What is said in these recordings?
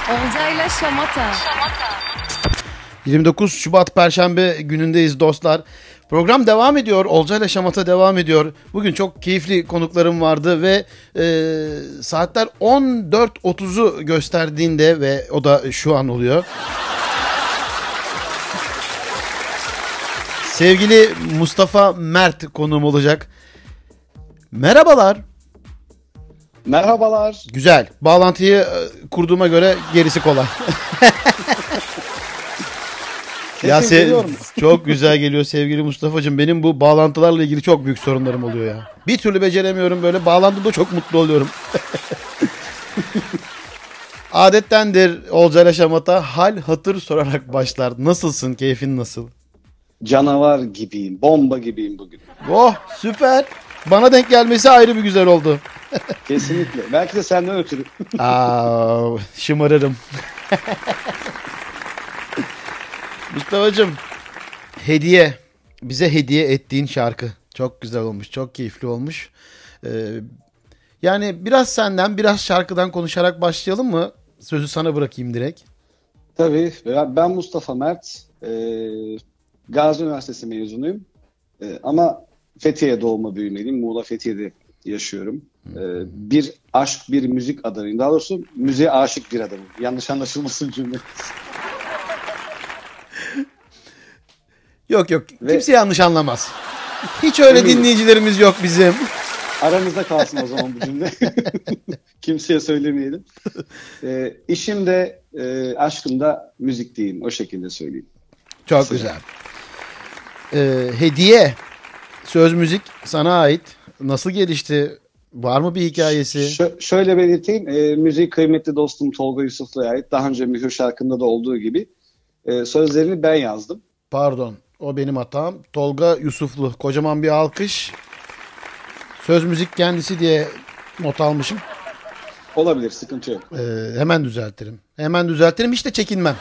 Olcayla Şamata. 29 Şubat Perşembe günündeyiz dostlar. Program devam ediyor. Olcayla Şamata devam ediyor. Bugün çok keyifli konuklarım vardı ve saatler 14.30'u gösterdiğinde ve o da şu an oluyor. Sevgili Mustafa Mert konuğum olacak. Merhabalar. Merhabalar. Güzel. Bağlantıyı kurduğuma göre gerisi kolay. Ya çok güzel geliyor sevgili Mustafa'cığım. Benim bu bağlantılarla ilgili çok büyük sorunlarım oluyor ya. Bir türlü beceremiyorum böyle. Bağlantıda çok mutlu oluyorum. Adettendir Olcayla Şamata hal hatır sorarak başlar. Nasılsın? Keyfin nasıl? Canavar gibiyim. Bomba gibiyim bugün. Oh süper. Bana denk gelmesi ayrı bir güzel oldu. Kesinlikle. Belki de senden ötürü. Şımarırım. Mustafa'cığım, bize hediye ettiğin şarkı çok güzel olmuş, çok keyifli olmuş. Yani biraz senden, biraz şarkıdan konuşarak başlayalım mı? Sözü sana bırakayım direkt. Tabii. Ben Mustafa Mert. Gazi Üniversitesi mezunuyum. Ama Fethiye doğma büyümeliyim. Muğla Fethiye'de yaşıyorum. Bir aşk, bir müzik adamıyım. Daha doğrusu müziğe aşık bir adamım. Yanlış anlaşılmasın cümle. Yok. Kimse yanlış anlamaz. Hiç öyle dinleyicilerimiz yok bizim. Aramızda kalsın o zaman bu cümle. Kimseye söylemeyelim. İşim de aşkım da müzik diyeyim. O şekilde söyleyeyim. Çok güzel. Hediye. Söz müzik sana ait. Nasıl gelişti? Var mı bir hikayesi? Şöyle belirteyim. Müziği kıymetli dostum Tolga Yusuflu'ya ait. Daha önce Mühür şarkında da olduğu gibi. Sözlerini ben yazdım. Pardon. O benim hatam. Tolga Yusuflu. Kocaman bir alkış. Söz müzik kendisi diye not almışım. Olabilir. Sıkıntı yok. Hemen düzeltirim. Hiç de çekinmem.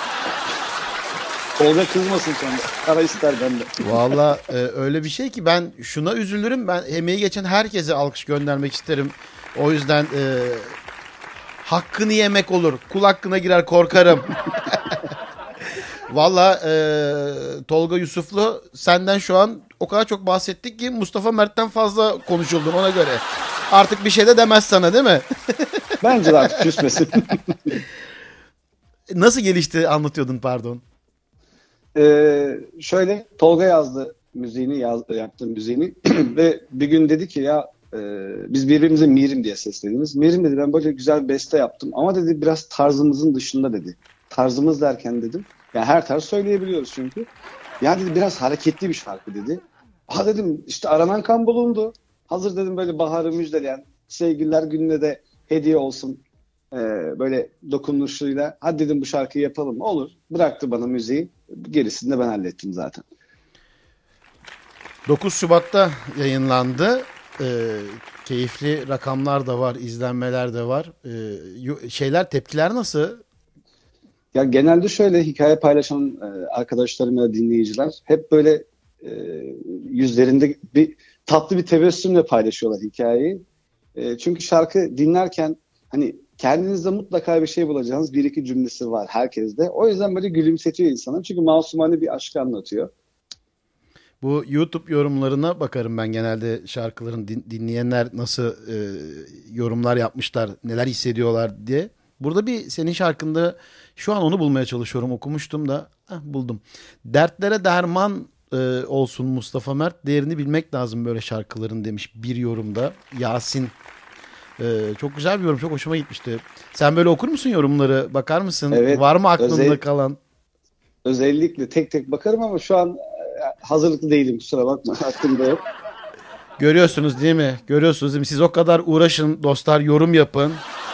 Tolga kızmasın sonra. Ara ister bende. Valla öyle bir şey ki ben şuna üzülürüm. Ben emeği geçen herkese alkış göndermek isterim. O yüzden hakkını yemek olur. Kul hakkına girer korkarım. Valla Tolga Yusuflu senden şu an o kadar çok bahsettik ki Mustafa Mert'ten fazla konuşuldun ona göre. Artık bir şey de demez sana değil mi? Bence de artık küsmesin. Nasıl gelişti anlatıyordun pardon. Şöyle Tolga yazdı müziğini, yaptı müziğini ve bir gün dedi ki ya biz birbirimize Mirim diye sesleniyoruz. Mirim dedi ben böyle güzel bir beste yaptım ama dedi biraz tarzımızın dışında dedi. Tarzımız derken dedim. Yani her tarz söyleyebiliyoruz çünkü. Ya dedi biraz hareketli bir şarkı dedi. Dedim işte aranan kan bulundu. Hazır dedim böyle baharı müjdeleyen sevgililer gününe de hediye olsun. Böyle dokunuşuyla. Hadi dedim bu şarkıyı yapalım. Olur. Bıraktı bana müziği. Gerisini de ben hallettim zaten. 9 Şubat'ta yayınlandı. Keyifli rakamlar da var. İzlenmeler de var. Tepkiler nasıl? Ya genelde şöyle hikaye paylaşan arkadaşlarım ya da dinleyiciler hep böyle yüzlerinde bir tatlı bir tebessümle paylaşıyorlar hikayeyi. Çünkü şarkı dinlerken hani kendinizde mutlaka bir şey bulacağınız bir iki cümlesi var herkeste. O yüzden böyle gülümsetiyor insanı. Çünkü masumane bir aşkı anlatıyor. Bu YouTube yorumlarına bakarım ben genelde şarkıların dinleyenler nasıl yorumlar yapmışlar, neler hissediyorlar diye. Burada bir senin şarkında şu an onu bulmaya çalışıyorum. Okumuştum da buldum. Dertlere derman olsun Mustafa Mert. Değerini bilmek lazım böyle şarkıların demiş bir yorumda. Yasin. Çok güzel bir yorum. Çok hoşuma gitmişti. Sen böyle okur musun yorumları? Bakar mısın? Evet, var mı aklında kalan? Özellikle tek tek bakarım ama şu an hazırlıklı değilim. Kusura bakma. Aklımda yok. Görüyorsunuz değil mi? Siz o kadar uğraşın dostlar. Yorum yapın.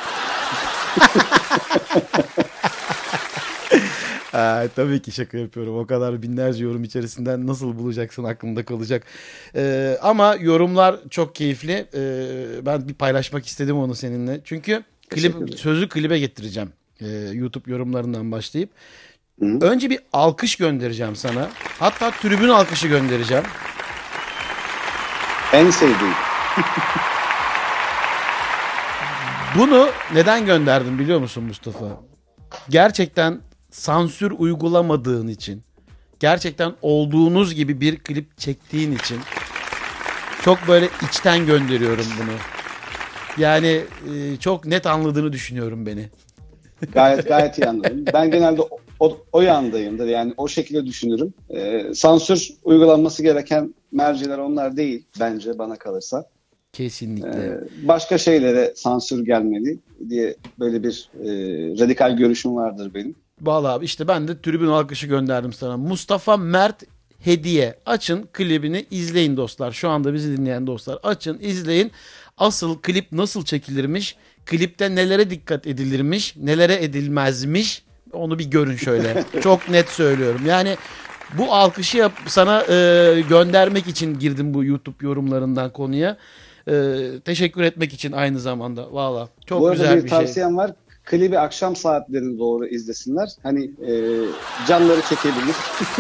Tabii ki şaka yapıyorum. O kadar binlerce yorum içerisinden nasıl bulacaksın aklımda kalacak. Ama yorumlar çok keyifli. Ben bir paylaşmak istedim onu seninle. Çünkü sözü klibe getireceğim. YouTube yorumlarından başlayıp. Hı. Önce bir alkış göndereceğim sana. Hatta tribün alkışı göndereceğim. En sevdiğim. Bunu neden gönderdim biliyor musun Mustafa? gerçekten sansür uygulamadığın için, gerçekten olduğunuz gibi bir klip çektiğin için çok böyle içten gönderiyorum bunu. Yani çok net anladığını düşünüyorum beni. Gayet iyi anladım. Ben genelde o yandayımdır. Yani o şekilde düşünürüm. Sansür uygulanması gereken merciler onlar değil bence, bana kalırsa. Kesinlikle. Başka şeylere sansür gelmeli diye böyle bir radikal görüşüm vardır benim. Vallahi işte ben de tribün alkışı gönderdim sana. Mustafa Mert Hediye. Açın klibini izleyin dostlar. Şu anda bizi dinleyen dostlar. Açın izleyin. Asıl klip nasıl çekilirmiş? Klipte nelere dikkat edilirmiş? Nelere edilmezmiş? Onu bir görün şöyle. Çok net söylüyorum. Yani bu alkışı sana göndermek için girdim bu YouTube yorumlarından konuya. Teşekkür etmek için aynı zamanda. Valla çok bu güzel bir şey. Bir tavsiyem var. Klibi akşam saatlerine doğru izlesinler. Hani canları çekebilir.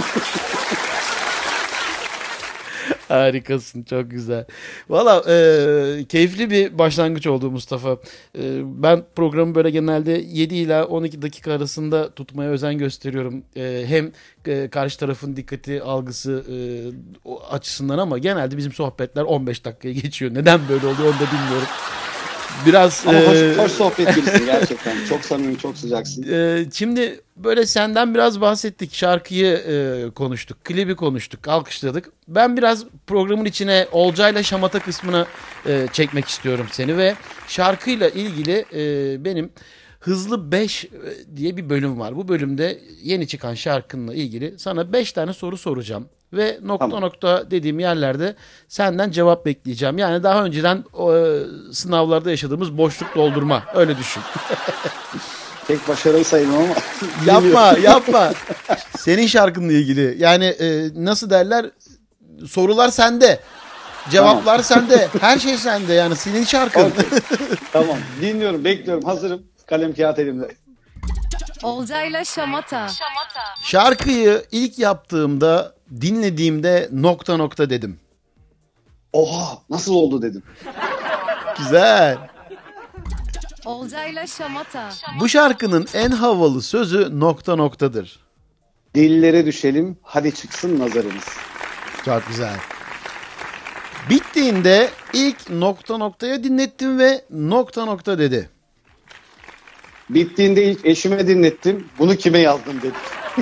Harikasın, çok güzel. Valla keyifli bir başlangıç oldu Mustafa. Ben programı böyle genelde 7 ila 12 dakika arasında tutmaya özen gösteriyorum. Hem karşı tarafın dikkati, algısı açısından, ama genelde bizim sohbetler 15 dakikaya geçiyor. Neden böyle oluyor onu da bilmiyorum. Biraz ama hoş sohbet birisi gerçekten. Çok samimi, çok sıcaksın. Şimdi böyle senden biraz bahsettik. Şarkıyı konuştuk. Klibi konuştuk. Alkışladık. Ben biraz programın içine Olcay'la Şamata kısmına çekmek istiyorum seni ve şarkıyla ilgili benim Hızlı 5 diye bir bölüm var. Bu bölümde yeni çıkan şarkınla ilgili sana 5 tane soru soracağım. Ve nokta nokta dediğim yerlerde senden cevap bekleyeceğim. Yani daha önceden sınavlarda yaşadığımız boşluk doldurma. Öyle düşün. Pek başarılı sayılmam ama. yapma. Senin şarkınla ilgili. Yani nasıl derler? Sorular sende. Cevaplar sende. Her şey sende. Yani senin şarkın. Okay. Tamam. Dinliyorum, bekliyorum. Hazırım. Kalem kağıt elimde. Olcayla Şamata. Şarkıyı ilk yaptığımda, dinlediğimde nokta nokta dedim. Oha, nasıl oldu dedim. Güzel. Olcayla Şamata. Bu şarkının en havalı sözü nokta noktadır. Dillere düşelim, hadi çıksın nazarımız. Çok güzel. Bittiğinde ilk nokta noktaya dinlettim ve nokta nokta dedi. Bittiğinde ilk eşime dinlettim. Bunu kime yazdım dedi.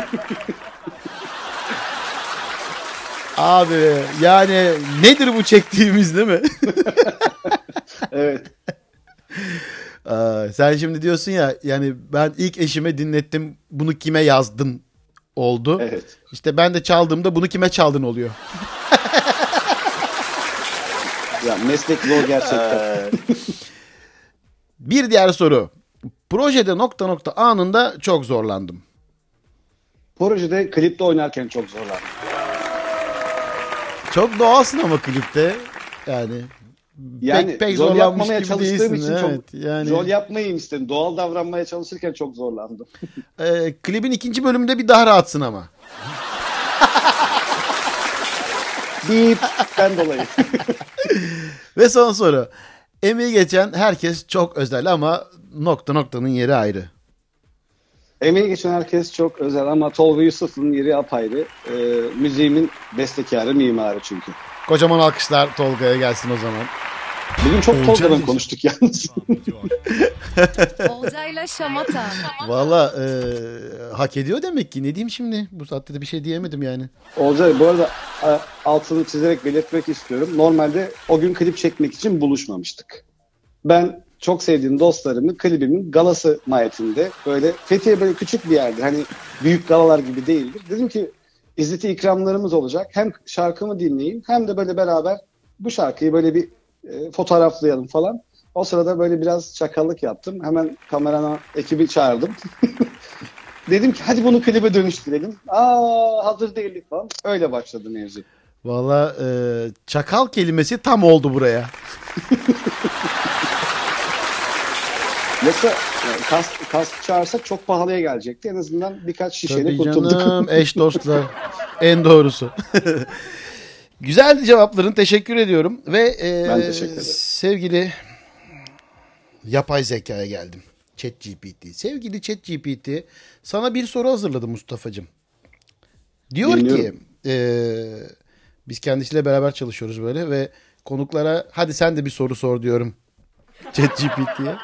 Abi yani nedir bu çektiğimiz, değil mi? Evet. Sen şimdi diyorsun ya, yani ben ilk eşime dinlettim, bunu kime yazdın oldu. Evet. İşte ben de çaldığımda bunu kime çaldın oluyor. Ya meslek zor gerçekten. Bir diğer soru. Projede nokta nokta anında çok zorlandım. Projede klipte oynarken çok zorlandım. Çok doğalsın ama klipte. Yani pek rol zorlanmış yapmamaya gibi çalıştığım değilsin. için Evet, yani rol yapmayayım istedim. Doğal davranmaya çalışırken çok zorlandım. Klibin ikinci bölümünde bir daha rahatsın ama. Bip'ten dolayı. Ve son soru. Emeği geçen herkes çok özel ama nokta noktanın yeri ayrı. Emeği geçen herkes çok özel ama Tolga Yusuf'un yeri apayrı. Müziğimin bestekarı, mimarı çünkü. Kocaman alkışlar Tolga'ya gelsin o zaman. Bugün çok Tolga'dan konuştuk yalnız. Olcayla Şamata. Valla hak ediyor demek ki. Ne diyeyim şimdi? Bu saatte de bir şey diyemedim yani. Olcay, bu arada altını çizerek belirtmek istiyorum. Normalde o gün klip çekmek için buluşmamıştık. Ben çok sevdiğim dostlarımı klibimin galası mahiyetinde, böyle Fethiye böyle küçük bir yerdir. Hani büyük galalar gibi değildir. Dedim ki İzzeti ikramlarımız olacak. Hem şarkımı dinleyin hem de böyle beraber bu şarkıyı böyle bir fotoğraflayalım falan. O sırada böyle biraz çakallık yaptım. Hemen kamerana ekibi çağırdım. Dedim ki hadi bunu klibe dönüştürelim. Hazır değildik falan. Öyle başladı mevzu. Valla çakal kelimesi tam oldu buraya. Yoksa kask çağırsak çok pahalıya gelecekti. En azından birkaç şişeyle Tabii kurtulduk. canım, eş dostlar. En doğrusu. Güzel cevapların, teşekkür ediyorum. Ve Ben teşekkür ederim. sevgili yapay zekaya geldim. ChatGPT. Sevgili ChatGPT, sana bir soru hazırladı Mustafa'cığım. Diyor Dinliyorum. ki biz kendisiyle beraber çalışıyoruz böyle ve konuklara hadi sen de bir soru sor diyorum ChatGPT'ye.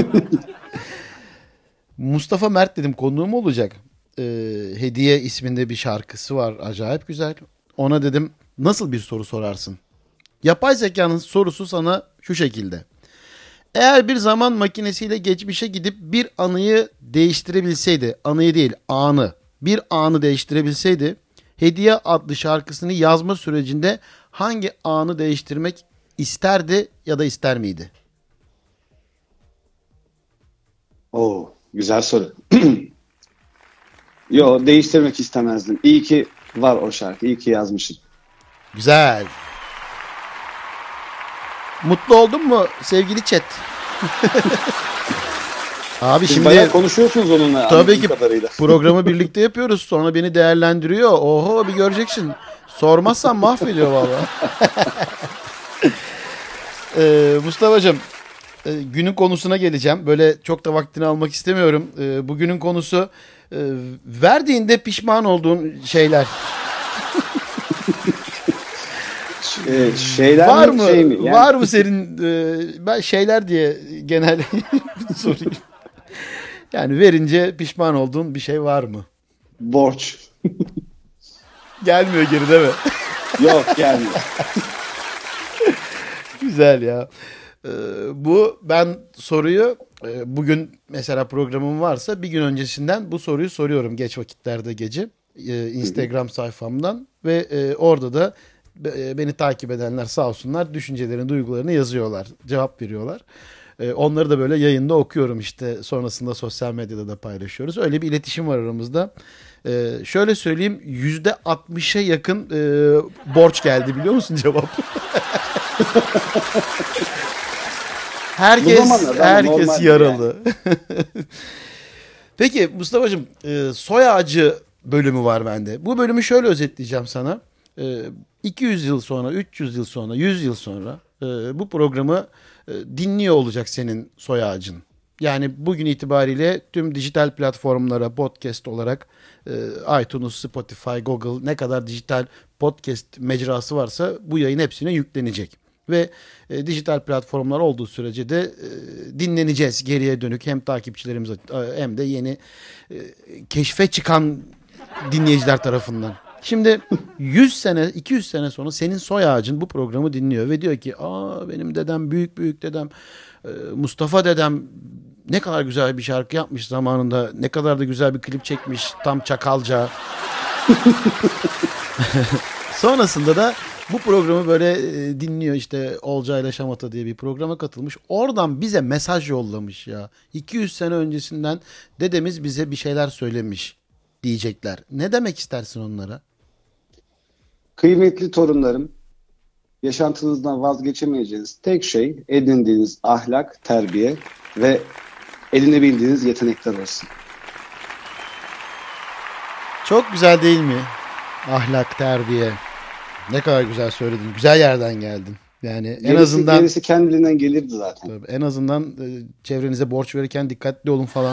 Mustafa Mert dedim, konuğum olacak. Hediye isminde bir şarkısı var, acayip güzel. Ona dedim nasıl bir soru sorarsın? Yapay zekanın sorusu sana şu şekilde. Eğer bir zaman makinesiyle geçmişe gidip bir anıyı değiştirebilseydi, anıyı değil anı, bir anı değiştirebilseydi, Hediye adlı şarkısını yazma sürecinde hangi anı değiştirmek isterdi ya da ister miydi? Oo, güzel soru. Yo, değiştirmek istemezdim. İyi ki var o şarkı. İyi ki yazmışım. Güzel. Mutlu oldun mu sevgili chat? Abi Siz şimdi bayağı konuşuyorsunuz onunla tabii anladığım ki kadarıyla. programı birlikte yapıyoruz. Sonra beni değerlendiriyor. Oho, bir göreceksin. Sormazsan mahvediyor vallahi. Mustafa'cığım, günün konusuna geleceğim. Böyle çok da vaktini almak istemiyorum. Bugünün konusu verdiğinde pişman olduğun şeyler. Şeyler Var mi mı? şey mi? Yani Var mı senin ben şeyler diye genel sorayım. Yani verince pişman olduğun bir şey var mı? borç. Gelmiyor geri değil mi? Yok, gelmiyor. Güzel ya. Bu ben soruyu bugün mesela programım varsa bir gün öncesinden bu soruyu soruyorum geç vakitlerde gece Instagram sayfamdan ve orada da beni takip edenler sağ olsunlar düşüncelerini, duygularını yazıyorlar, cevap veriyorlar. Onları da böyle yayında okuyorum, işte sonrasında sosyal medyada da paylaşıyoruz. Öyle bir iletişim var aramızda. Şöyle söyleyeyim, %60'a yakın borç geldi, biliyor musun cevap? Bu zamanlarda ama Herkes normal yaralı. Peki Mustafa'cığım, soy ağacı bölümü var bende. Bu bölümü şöyle özetleyeceğim sana. 200 yıl sonra, 300 yıl sonra, 100 yıl sonra bu programı dinliyor olacak senin soy ağacın. Yani bugün itibariyle tüm dijital platformlara podcast olarak iTunes, Spotify, Google, ne kadar dijital podcast mecrası varsa bu yayın hepsine yüklenecek. Ve dijital platformlar olduğu sürece de dinleneceğiz geriye dönük, hem takipçilerimiz hem de yeni keşfe çıkan dinleyiciler tarafından. Şimdi 100 sene 200 sene sonra senin soy ağacın bu programı dinliyor ve diyor ki benim dedem, büyük büyük dedem, Mustafa dedem ne kadar güzel bir şarkı yapmış zamanında, ne kadar da güzel bir klip çekmiş, tam çakalca. Sonrasında da bu programı böyle dinliyor, işte Olcayla Şamata diye bir programa katılmış. Oradan bize mesaj yollamış ya. 200 sene öncesinden dedemiz bize bir şeyler söylemiş diyecekler. Ne demek istersin onlara? Kıymetli torunlarım, yaşantınızdan vazgeçemeyeceğiniz tek şey edindiğiniz ahlak, terbiye ve edinebildiğiniz yetenekler olsun. Çok güzel değil mi? Ahlak, terbiye. Ne kadar güzel söyledin. Güzel yerden geldin. Yani en azından Gerisi kendiliğinden gelirdi zaten. tabii, en azından çevrenize borç verirken dikkatli olun falan.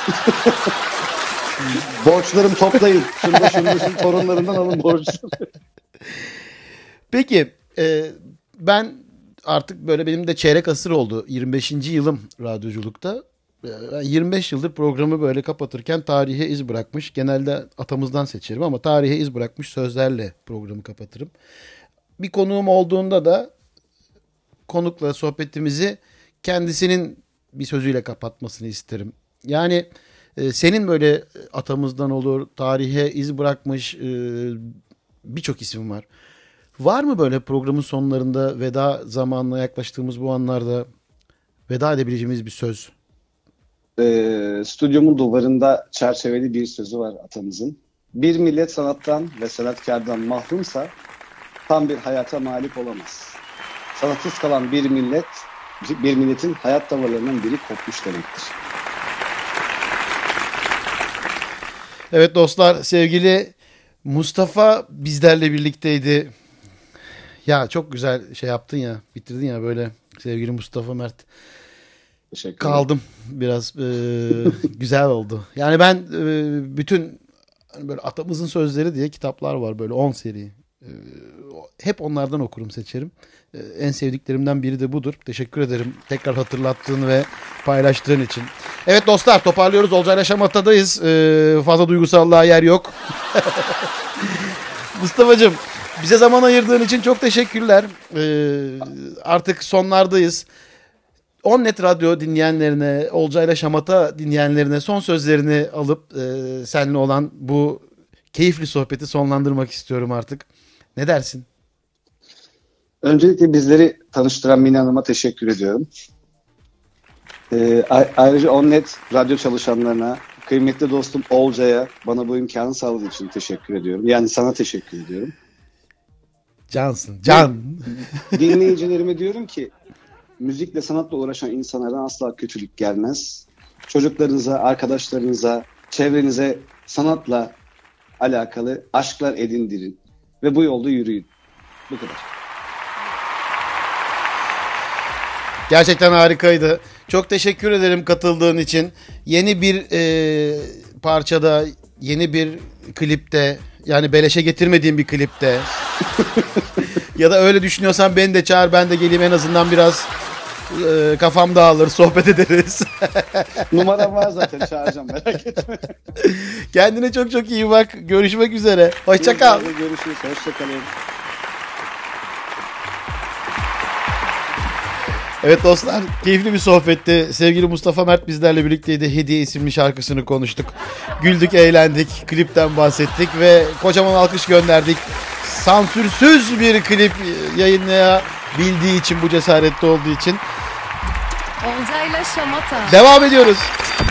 Borçlarımı toplayın. Şunu torunlarından alın borçları. Peki ben artık böyle, benim de çeyrek asır oldu. 25. yılım radyoculukta. Ben 25 yıldır programı böyle kapatırken tarihe iz bırakmış. Genelde atamızdan seçerim ama tarihe iz bırakmış sözlerle programı kapatırım. Bir konuğum olduğunda da konukla sohbetimizi kendisinin bir sözüyle kapatmasını isterim. Yani senin böyle atamızdan olur, tarihe iz bırakmış birçok isim var. Var mı böyle programın sonlarında, veda zamanına yaklaştığımız bu anlarda veda edebileceğimiz bir söz? Stüdyomun duvarında çerçeveli bir sözü var atamızın. Bir millet sanattan ve sanatkardan mahrumsa tam bir hayata malik olamaz. Sanatsız kalan bir milletin hayat damarlarının biri kopmuş demektir. Evet dostlar, sevgili Mustafa bizlerle birlikteydi. Ya çok güzel şey yaptın ya, bitirdin ya böyle sevgili Mustafa Mert. Teşekkür ederim. Kaldım biraz güzel oldu. Yani ben bütün hani böyle atamızın sözleri diye kitaplar var böyle 10 seri. Hep onlardan okurum, seçerim. En sevdiklerimden biri de budur. Teşekkür ederim tekrar hatırlattığın ve paylaştığın için. Evet dostlar, toparlıyoruz. Olcayla Şamata'dayız. Fazla duygusallığa yer yok. Mustafa'cığım, bize zaman ayırdığın için çok teşekkürler. Artık sonlardayız. Onnet Radyo dinleyenlerine, Olcayla Şamata dinleyenlerine son sözlerini alıp seninle olan bu keyifli sohbeti sonlandırmak istiyorum artık. Ne dersin? Öncelikle bizleri tanıştıran Mine Hanım'a teşekkür ediyorum. Ayrıca Onnet Radyo çalışanlarına, kıymetli dostum Olcay'a bana bu imkanı sağladığı için teşekkür ediyorum. Yani sana teşekkür ediyorum. Cansın, can. Dinleyicilerime diyorum ki müzikle, sanatla uğraşan insanlardan asla kötülük gelmez. Çocuklarınıza, arkadaşlarınıza, çevrenize sanatla alakalı aşklar edindirin ve bu yolda yürüyün. Bu kadar. Gerçekten harikaydı. Çok teşekkür ederim katıldığın için. Yeni bir parçada, yeni bir klipte, yani beleşe getirmediğim bir klipte ya da öyle düşünüyorsan beni de çağır, ben de geleyim, en azından biraz kafam dağılır, sohbet ederiz. Numaram var zaten, çağıracağım, merak etme. Kendine çok çok iyi bak. Görüşmek üzere. Hoşça kal. Görüşürüz. Hoşça kalın. Evet dostlar, keyifli bir sohbetti. Sevgili Mustafa Mert bizlerle birlikteydi. Hediye isimli şarkısını konuştuk. Güldük, eğlendik, klipten bahsettik ve kocaman alkış gönderdik. Sansürsüz bir klip yayınlayabildiği için, bu cesaretli olduğu için. Olcayla Şamata. Devam ediyoruz.